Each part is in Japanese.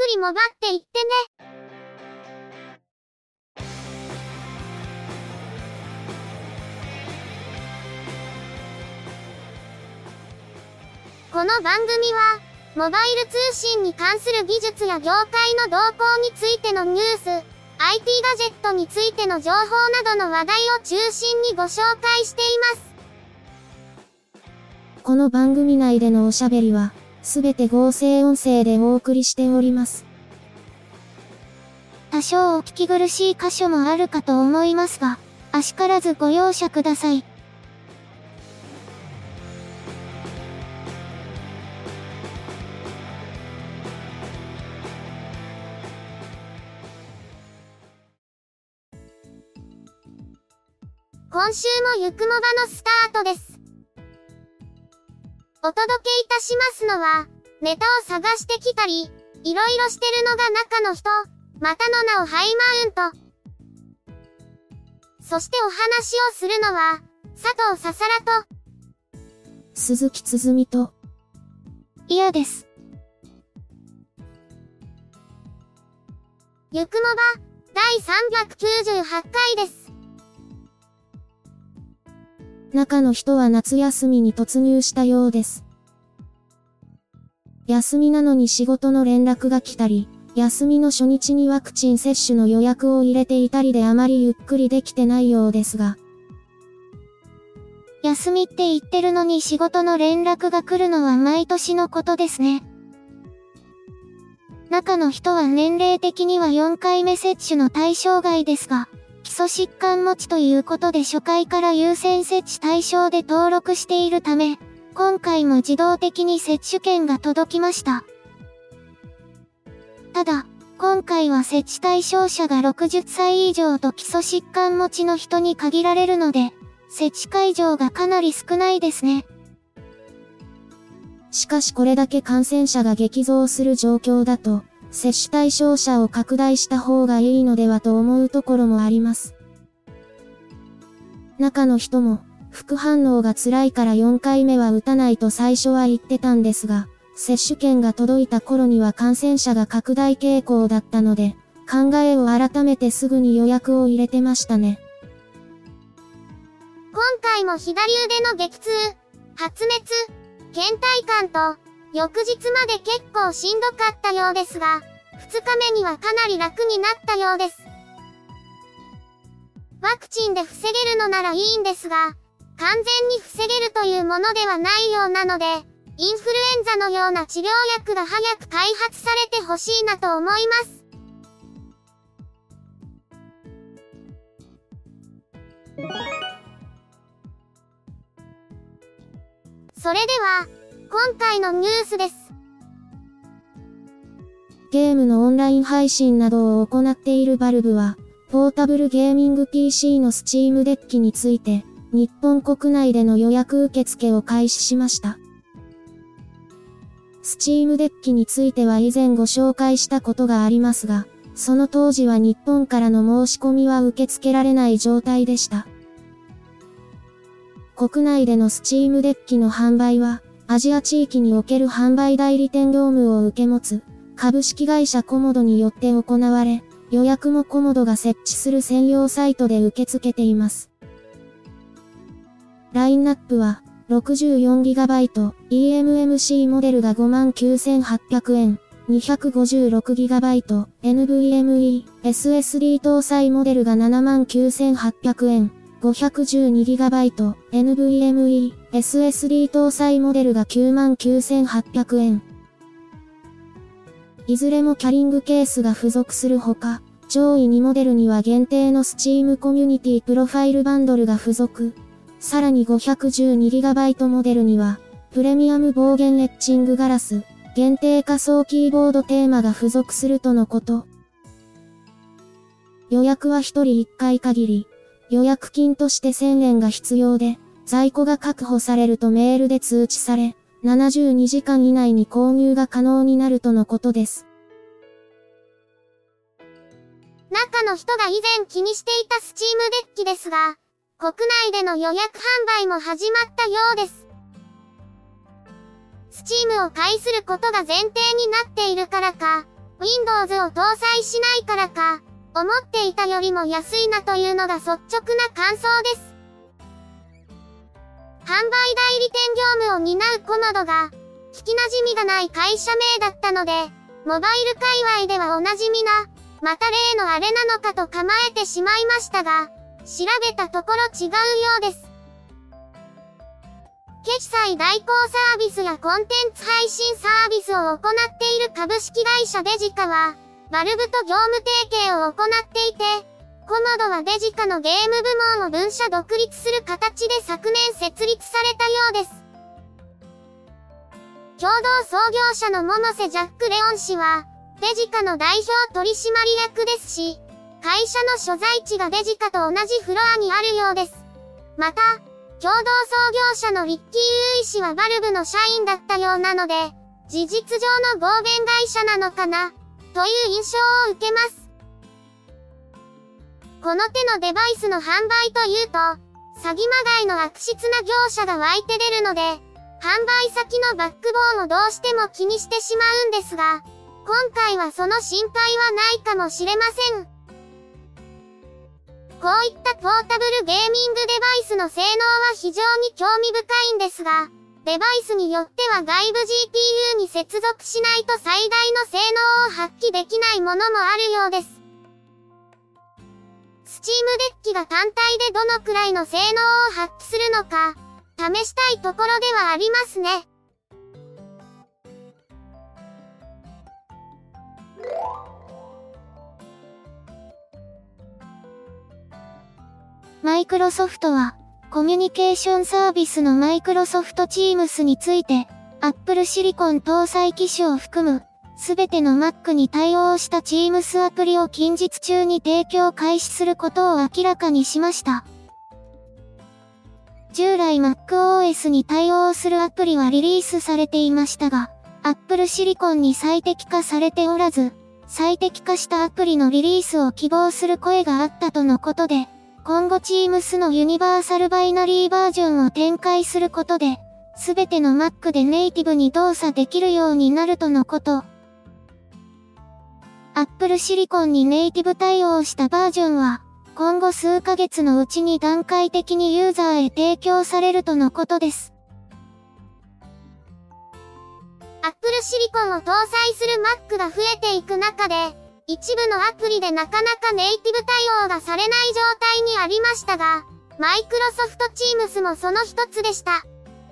りもばっていってね。この番組は、モバイル通信に関する技術や業界の動向についてのニュース、IT ガジェットについての情報などの話題を中心にご紹介しています。 この番組内でのおしゃべりは、すべて合成音声でお送りしております。 多少お聞き苦しい箇所もあるかと思いますが、あしからずご容赦ください。今週もゆくもばのスタートです。お届けいたしますのは、ネタを探してきたり、いろいろしてるのが中の人、またの名をハイマウント。そしてお話をするのは、佐藤ささらと、 鈴木つづみと、 嫌です。ゆくもば、第398回です。 中の人は夏休みに突入したようです。休みなのに仕事の連絡が来たり、休みの初日にワクチン接種の予約を入れていたりであまりゆっくりできてないようですが。 休みって言ってるのに仕事の連絡が来るのは毎年のことですね。中の人は年齢的には4回目接種の対象外ですが、基礎疾患持ちということで初回から優先接種対象で登録しているため、今回も自動的に接種券が届きました。ただ、今回は接種対象者が60歳以上と基礎疾患持ちの人に限られるので、接種会場がかなり少ないですね。 しかしこれだけ感染者が激増する状況だと、接種対象者を拡大した方がいいのではと思うところもあります。中の人も、副反応が辛いから4回目は打たないと最初は言ってたんですが、接種券が届いた頃には感染者が拡大傾向だったので、考えを改めてすぐに予約を入れてましたね。 今回も左腕の激痛、発熱、倦怠感と、翌日まで結構しんどかったようですが、2日目にはかなり楽になったようです。ワクチンで防げるのならいいんですが、完全に防げるというものではないようなので、インフルエンザのような治療薬が早く開発されてほしいなと思います。それでは、今回のニュースです。 ゲームのオンライン配信などを行っているバルブは、ポータブルゲーミング PC のスチームデッキについて、日本国内での予約受付を開始しました。スチームデッキについては以前ご紹介したことがありますが、その当時は日本からの申し込みは受け付けられない状態でした。国内でのスチームデッキの販売は、アジア地域における販売代理店業務を受け持つ、株式会社コモドによって行われ、予約もコモドが設置する専用サイトで受け付けています。ラインナップは、64GB、eMMC モデルが59,800円、256GB、NVMe、SSD 搭載モデルが79,800円、512GB、NVMe、SSD 搭載モデルが99,800円。いずれもキャリングケースが付属するほか、上位2モデルには限定の Steam コミュニティプロファイルバンドルが付属。さらに 512GB モデルには、プレミアム防減エッチングガラス、限定仮想キーボードテーマが付属するとのこと。予約は1人1回限り。予約金として1000円が必要で、在庫が確保されるとメールで通知され、72時間以内に購入が可能になるとのことです。 中の人が以前気にしていたスチームデッキですが、国内での予約販売も始まったようです。スチームを介することが前提になっているからか、 Windows を搭載しないからか、思っていたよりも安いなというのが率直な感想です。販売代理店業務を担うコモドが、聞き馴染みがない会社名だったので、モバイル界隈ではおなじみな、また例のあれなのかと構えてしまいましたが、調べたところ違うようです。決済代行サービスやコンテンツ配信サービスを行っている株式会社デジカは、バルブと業務提携を行っていて、コモドはデジカのゲーム部門を分社独立する形で昨年設立されたようです。共同創業者の百瀬ジャック・レオン氏は、デジカの代表取締役ですし、会社の所在地がデジカと同じフロアにあるようです。また、共同創業者のリッキー・ユーイ氏はバルブの社員だったようなので、事実上の合弁会社なのかな、という印象を受けます。この手のデバイスの販売というと、詐欺まがいの悪質な業者が湧いて出るので、販売先のバックボーンをどうしても気にしてしまうんですが、今回はその心配はないかもしれません。こういったポータブルゲーミングデバイスの性能は非常に興味深いんですが、デバイスによっては外部 GPU に接続しないと最大の性能を発揮できないものもあるようです。スチームデッキが単体でどのくらいの性能を発揮するのか、試したいところではありますね。 マイクロソフトは、コミュニケーションサービスのマイクロソフト Teams について、Apple Silicon 搭載機種を含む、すべての Mac に対応した Teams アプリを近日中に提供開始することを明らかにしました。従来 MacOS に対応するアプリはリリースされていましたが、Apple Silicon に最適化されておらず、最適化したアプリのリリースを希望する声があったとのことで、今後 Teams のユニバーサルバイナリーバージョンを展開することで、すべての Mac でネイティブに動作できるようになるとのこと。Apple Silicon にネイティブ対応したバージョンは、今後数ヶ月のうちに段階的にユーザーへ提供されるとのことです。 Apple Silicon を搭載する Mac が増えていく中で、一部のアプリでなかなかネイティブ対応がされない状態にありましたが、Microsoft Teams もその一つでした。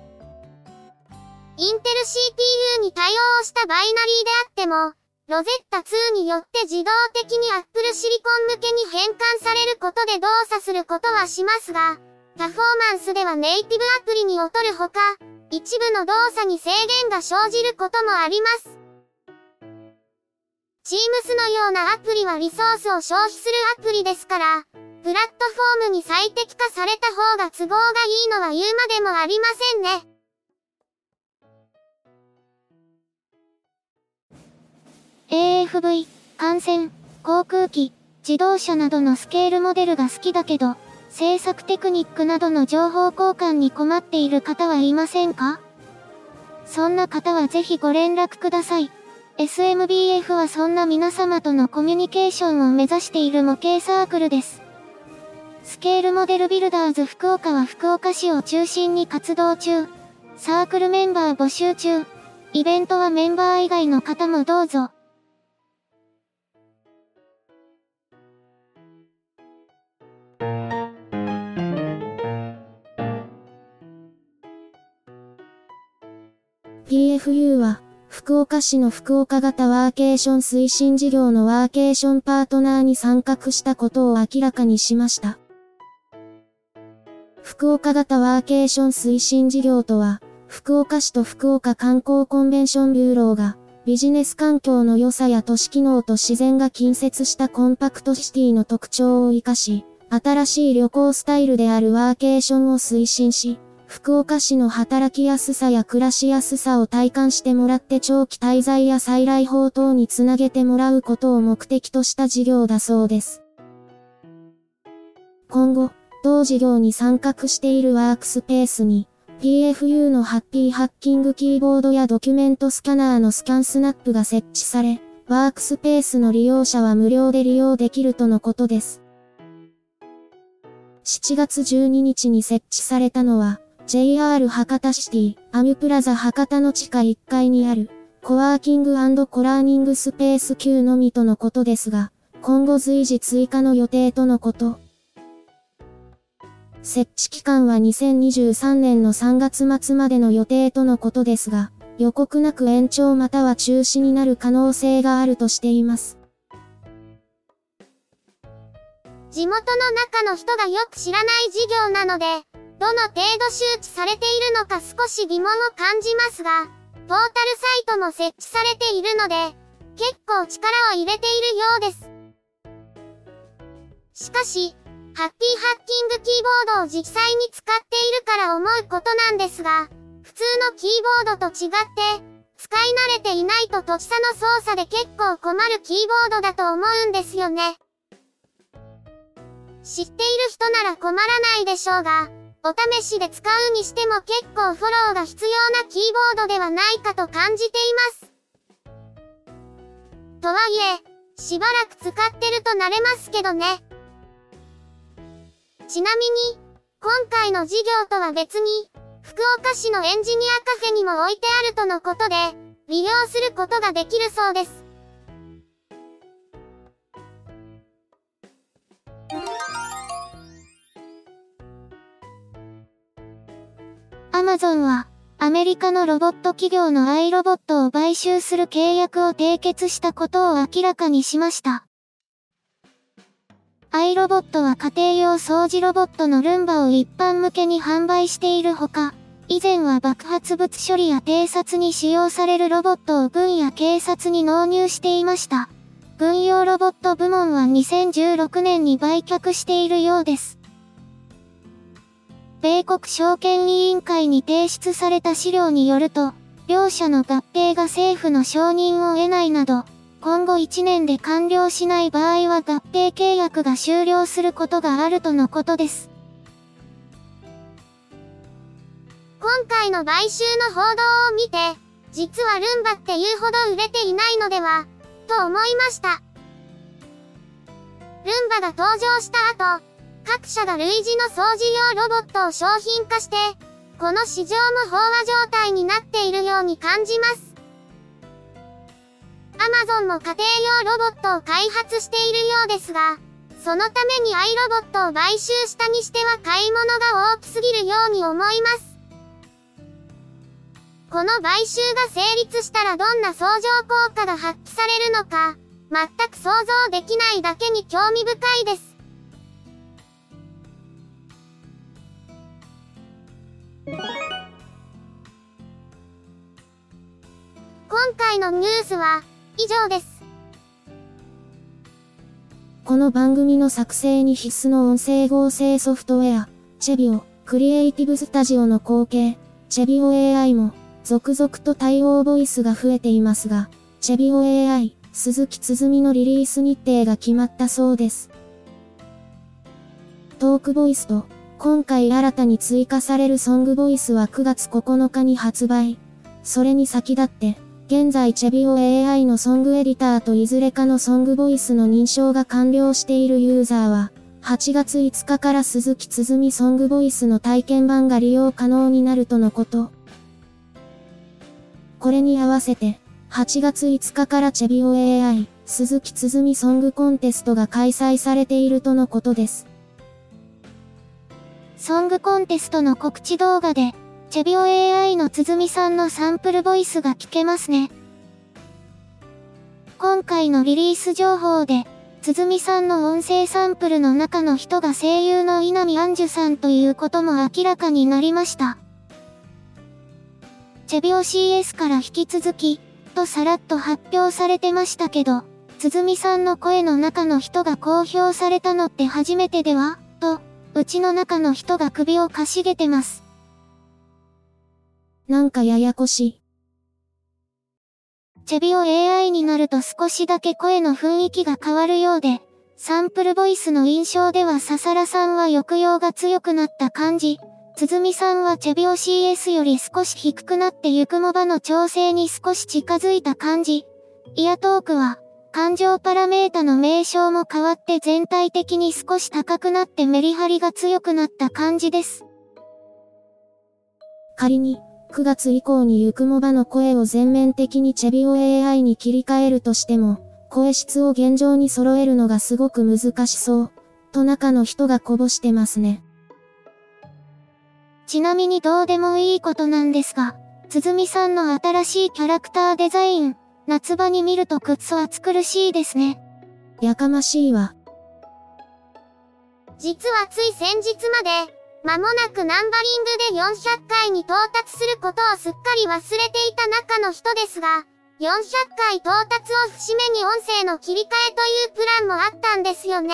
インテル CPU に対応したバイナリーであっても、ロゼッタ2によって自動的に Apple Silicon 向けに変換されることで動作することはしますが、パフォーマンスではネイティブアプリに劣るほか、一部の動作に制限が生じることもあります。Teams のようなアプリはリソースを消費するアプリですから、プラットフォームに最適化された方が都合がいいのは言うまでもありませんね。 AFV、艦船、航空機、自動車などのスケールモデルが好きだけど、制作テクニックなどの情報交換に困っている方はいませんか？そんな方はぜひご連絡ください。SMBF はそんな皆様とのコミュニケーションを目指している模型サークルです。スケールモデルビルダーズ福岡は福岡市を中心に活動中。サークルメンバー募集中。イベントはメンバー以外の方もどうぞ。PFU は、福岡市の福岡型ワーケーション推進事業のワーケーションパートナーに参画したことを明らかにしました。福岡型ワーケーション推進事業とは、福岡市と福岡観光コンベンションビューローが、ビジネス環境の良さや都市機能と自然が近接したコンパクトシティの特徴を生かし、新しい旅行スタイルであるワーケーションを推進し、福岡市の働きやすさや暮らしやすさを体感してもらって長期滞在や再来訪等につなげてもらうことを目的とした事業だそうです。今後、同事業に参画しているワークスペースに、PFU のハッピーハッキングキーボードやドキュメントスキャナーのスキャンスナップが設置され、 ワークスペースの利用者は無料で利用できるとのことです。7月12日に設置されたのは、JR 博多シティ、アミュプラザ博多の地下1階にある、コワーキング&コラーニングスペース級のみとのことですが、今後随時追加の予定とのこと。設置期間は2023年の3月末までの予定とのことですが、予告なく延長または中止になる可能性があるとしています。 地元の中の人がよく知らない事業なので、どの程度周知されているのか少し疑問を感じますが、ポータルサイトも設置されているので、結構力を入れているようです。しかし、ハッピーハッキングキーボードを実際に使っているから思うことなんですが、普通のキーボードと違って、使い慣れていないととちさの操作で結構困るキーボードだと思うんですよね。知っている人なら困らないでしょうが、お試しで使うにしても結構フォローが必要なキーボードではないかと感じています。とはいえ、しばらく使ってると慣れますけどね。ちなみに、今回の事業とは別に、福岡市のエンジニアカフェにも置いてあるとのことで、利用することができるそうです。Amazon は、アメリカのロボット企業のアイロボットを買収する契約を締結したことを明らかにしました。アイロボットは家庭用掃除ロボットのルンバを一般向けに販売しているほか、以前は爆発物処理や偵察に使用されるロボットを軍や警察に納入していました。軍用ロボット部門は2016年に売却しているようです。米国証券委員会に提出された資料によると、両社の合併が政府の承認を得ないなど、今後1年で完了しない場合は合併契約が終了することがあるとのことです。今回の買収の報道を見て、実はルンバっていうほど売れていないのでは、と思いました。ルンバが登場した後、各社が類似の掃除用ロボットを商品化して、この市場も飽和状態になっているように感じます。Amazon も家庭用ロボットを開発しているようですが、そのためにアイロボットを買収したにしては買い物が大きすぎるように思います。この買収が成立したらどんな相乗効果が発揮されるのか、全く想像できないだけに興味深いです。今回のニュースは以上です。 この番組の作成に必須の音声合成ソフトウェア、チェビオ、クリエイティブスタジオの後継、チェビオ AI も、続々と対応ボイスが増えていますが、チェビオ AI、鈴木つづみのリリース日程が決まったそうです。トークボイスと、今回新たに追加されるソングボイスは9月9日に発売。それに先立って、現在チェビオ AI のソングエディターといずれかのソングボイスの認証が完了しているユーザーは、8月5日から鈴木つづみソングボイスの体験版が利用可能になるとのこと。これに合わせて、8月5日からチェビオ AI、鈴木つづみソングコンテストが開催されているとのことです。 ソングコンテストの告知動画で、チェビオ AI のつづみさんのサンプルボイスが聞けますね。今回のリリース情報で、つづみさんの音声サンプルの中の人が声優の稲見杏樹さんということも明らかになりました。チェビオ CS から引き続き、とさらっと発表されてましたけど、つづみさんの声の中の人が公表されたのって初めてではと、うちの中の人が首をかしげてます。 なんかややこしい。 チェビオ AI になると少しだけ声の雰囲気が変わるようで、サンプルボイスの印象ではササラさんは抑揚が強くなった感じ、つづみさんはチェビオ CS より少し低くなってゆくもばの調整に少し近づいた感じ、 イヤトークは、感情パラメータの名称も変わって全体的に少し高くなってメリハリが強くなった感じです。 仮に、9月以降にゆくもばの声を全面的にチェビオ AI に切り替えるとしても、声質を現状に揃えるのがすごく難しそう、と中の人がこぼしてますね。 ちなみにどうでもいいことなんですが、鼓さんの新しいキャラクターデザイン、夏場に見るとくっそ暑苦しいですね。 やかましいわ。 実はつい先日まで、間もなくナンバリングで400回に到達することをすっかり忘れていた中の人ですが、400回到達を節目に音声の切り替えというプランもあったんですよね。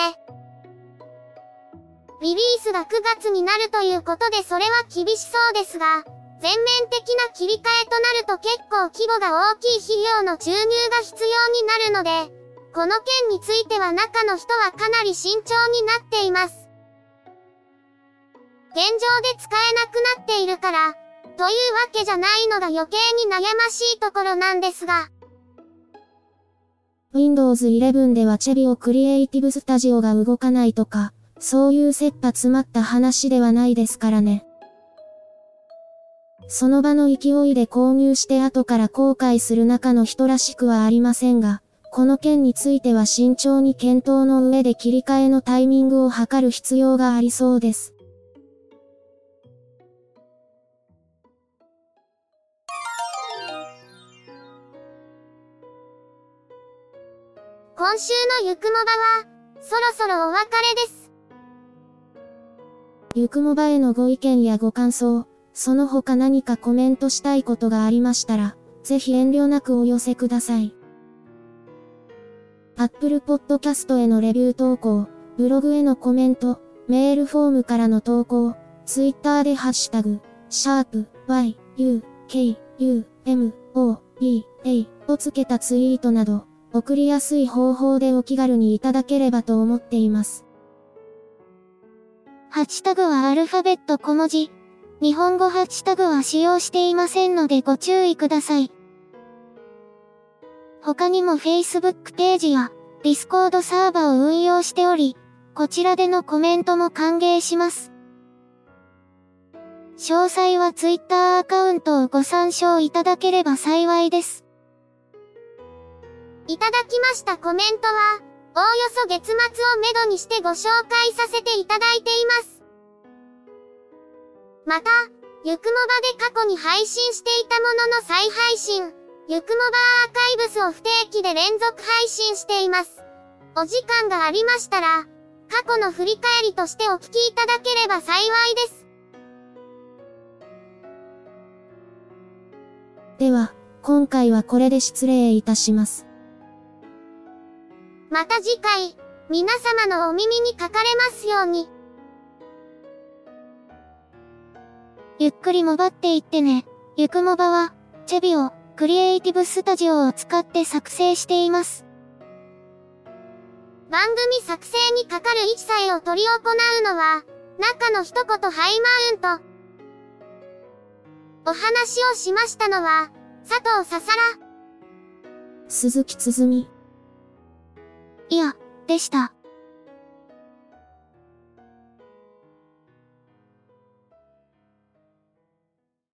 リリースが9月になるということでそれは厳しそうですが、全面的な切り替えとなると結構規模が大きい費用の注入が必要になるので、この件については中の人はかなり慎重になっています。現状で使えなくなっているから、というわけじゃないのが余計に悩ましいところなんですが。 Windows 11ではチェビオクリエイティブスタジオが動かないとか、そういう切羽詰まった話ではないですからね。その場の勢いで購入して後から後悔する中の人らしくはありませんが、この件については慎重に検討の上で切り替えのタイミングを測る必要がありそうです。 今週のゆくもばは、そろそろお別れです。 ゆくもばへのご意見やご感想、その他何かコメントしたいことがありましたら、ぜひ遠慮なくお寄せください。Apple Podcast へのレビュー投稿、ブログへのコメント、メールフォームからの投稿、Twitter でハッシュタグ、#YUKUMOBA をつけたツイートなど、送りやすい方法でお気軽にいただければと思っています。 ハッシュタグはアルファベット小文字。日本語ハッシュタグは使用していませんのでご注意ください。他にも Facebook ページや Discord サーバを運用しており、こちらでのコメントも歓迎します。詳細は Twitter アカウントをご参照いただければ幸いです。 いただきましたコメントは、おおよそ月末をめどにしてご紹介させていただいています。また、ゆくもばで過去に配信していたものの再配信、ゆくもばアーカイブスを不定期で連続配信しています。お時間がありましたら、過去の振り返りとしてお聞きいただければ幸いです。 では、今回はこれで失礼いたします。 また次回、皆様のお耳にかかれますように。 ゆっくりもばっていってね。ゆくもばは、チェビオ、クリエイティブスタジオを使って作成しています。 番組作成にかかる一切を執り行うのは、中の一言ハイマウント。お話をしましたのは、佐藤ささら、 鈴木つづみ。 いや、でした。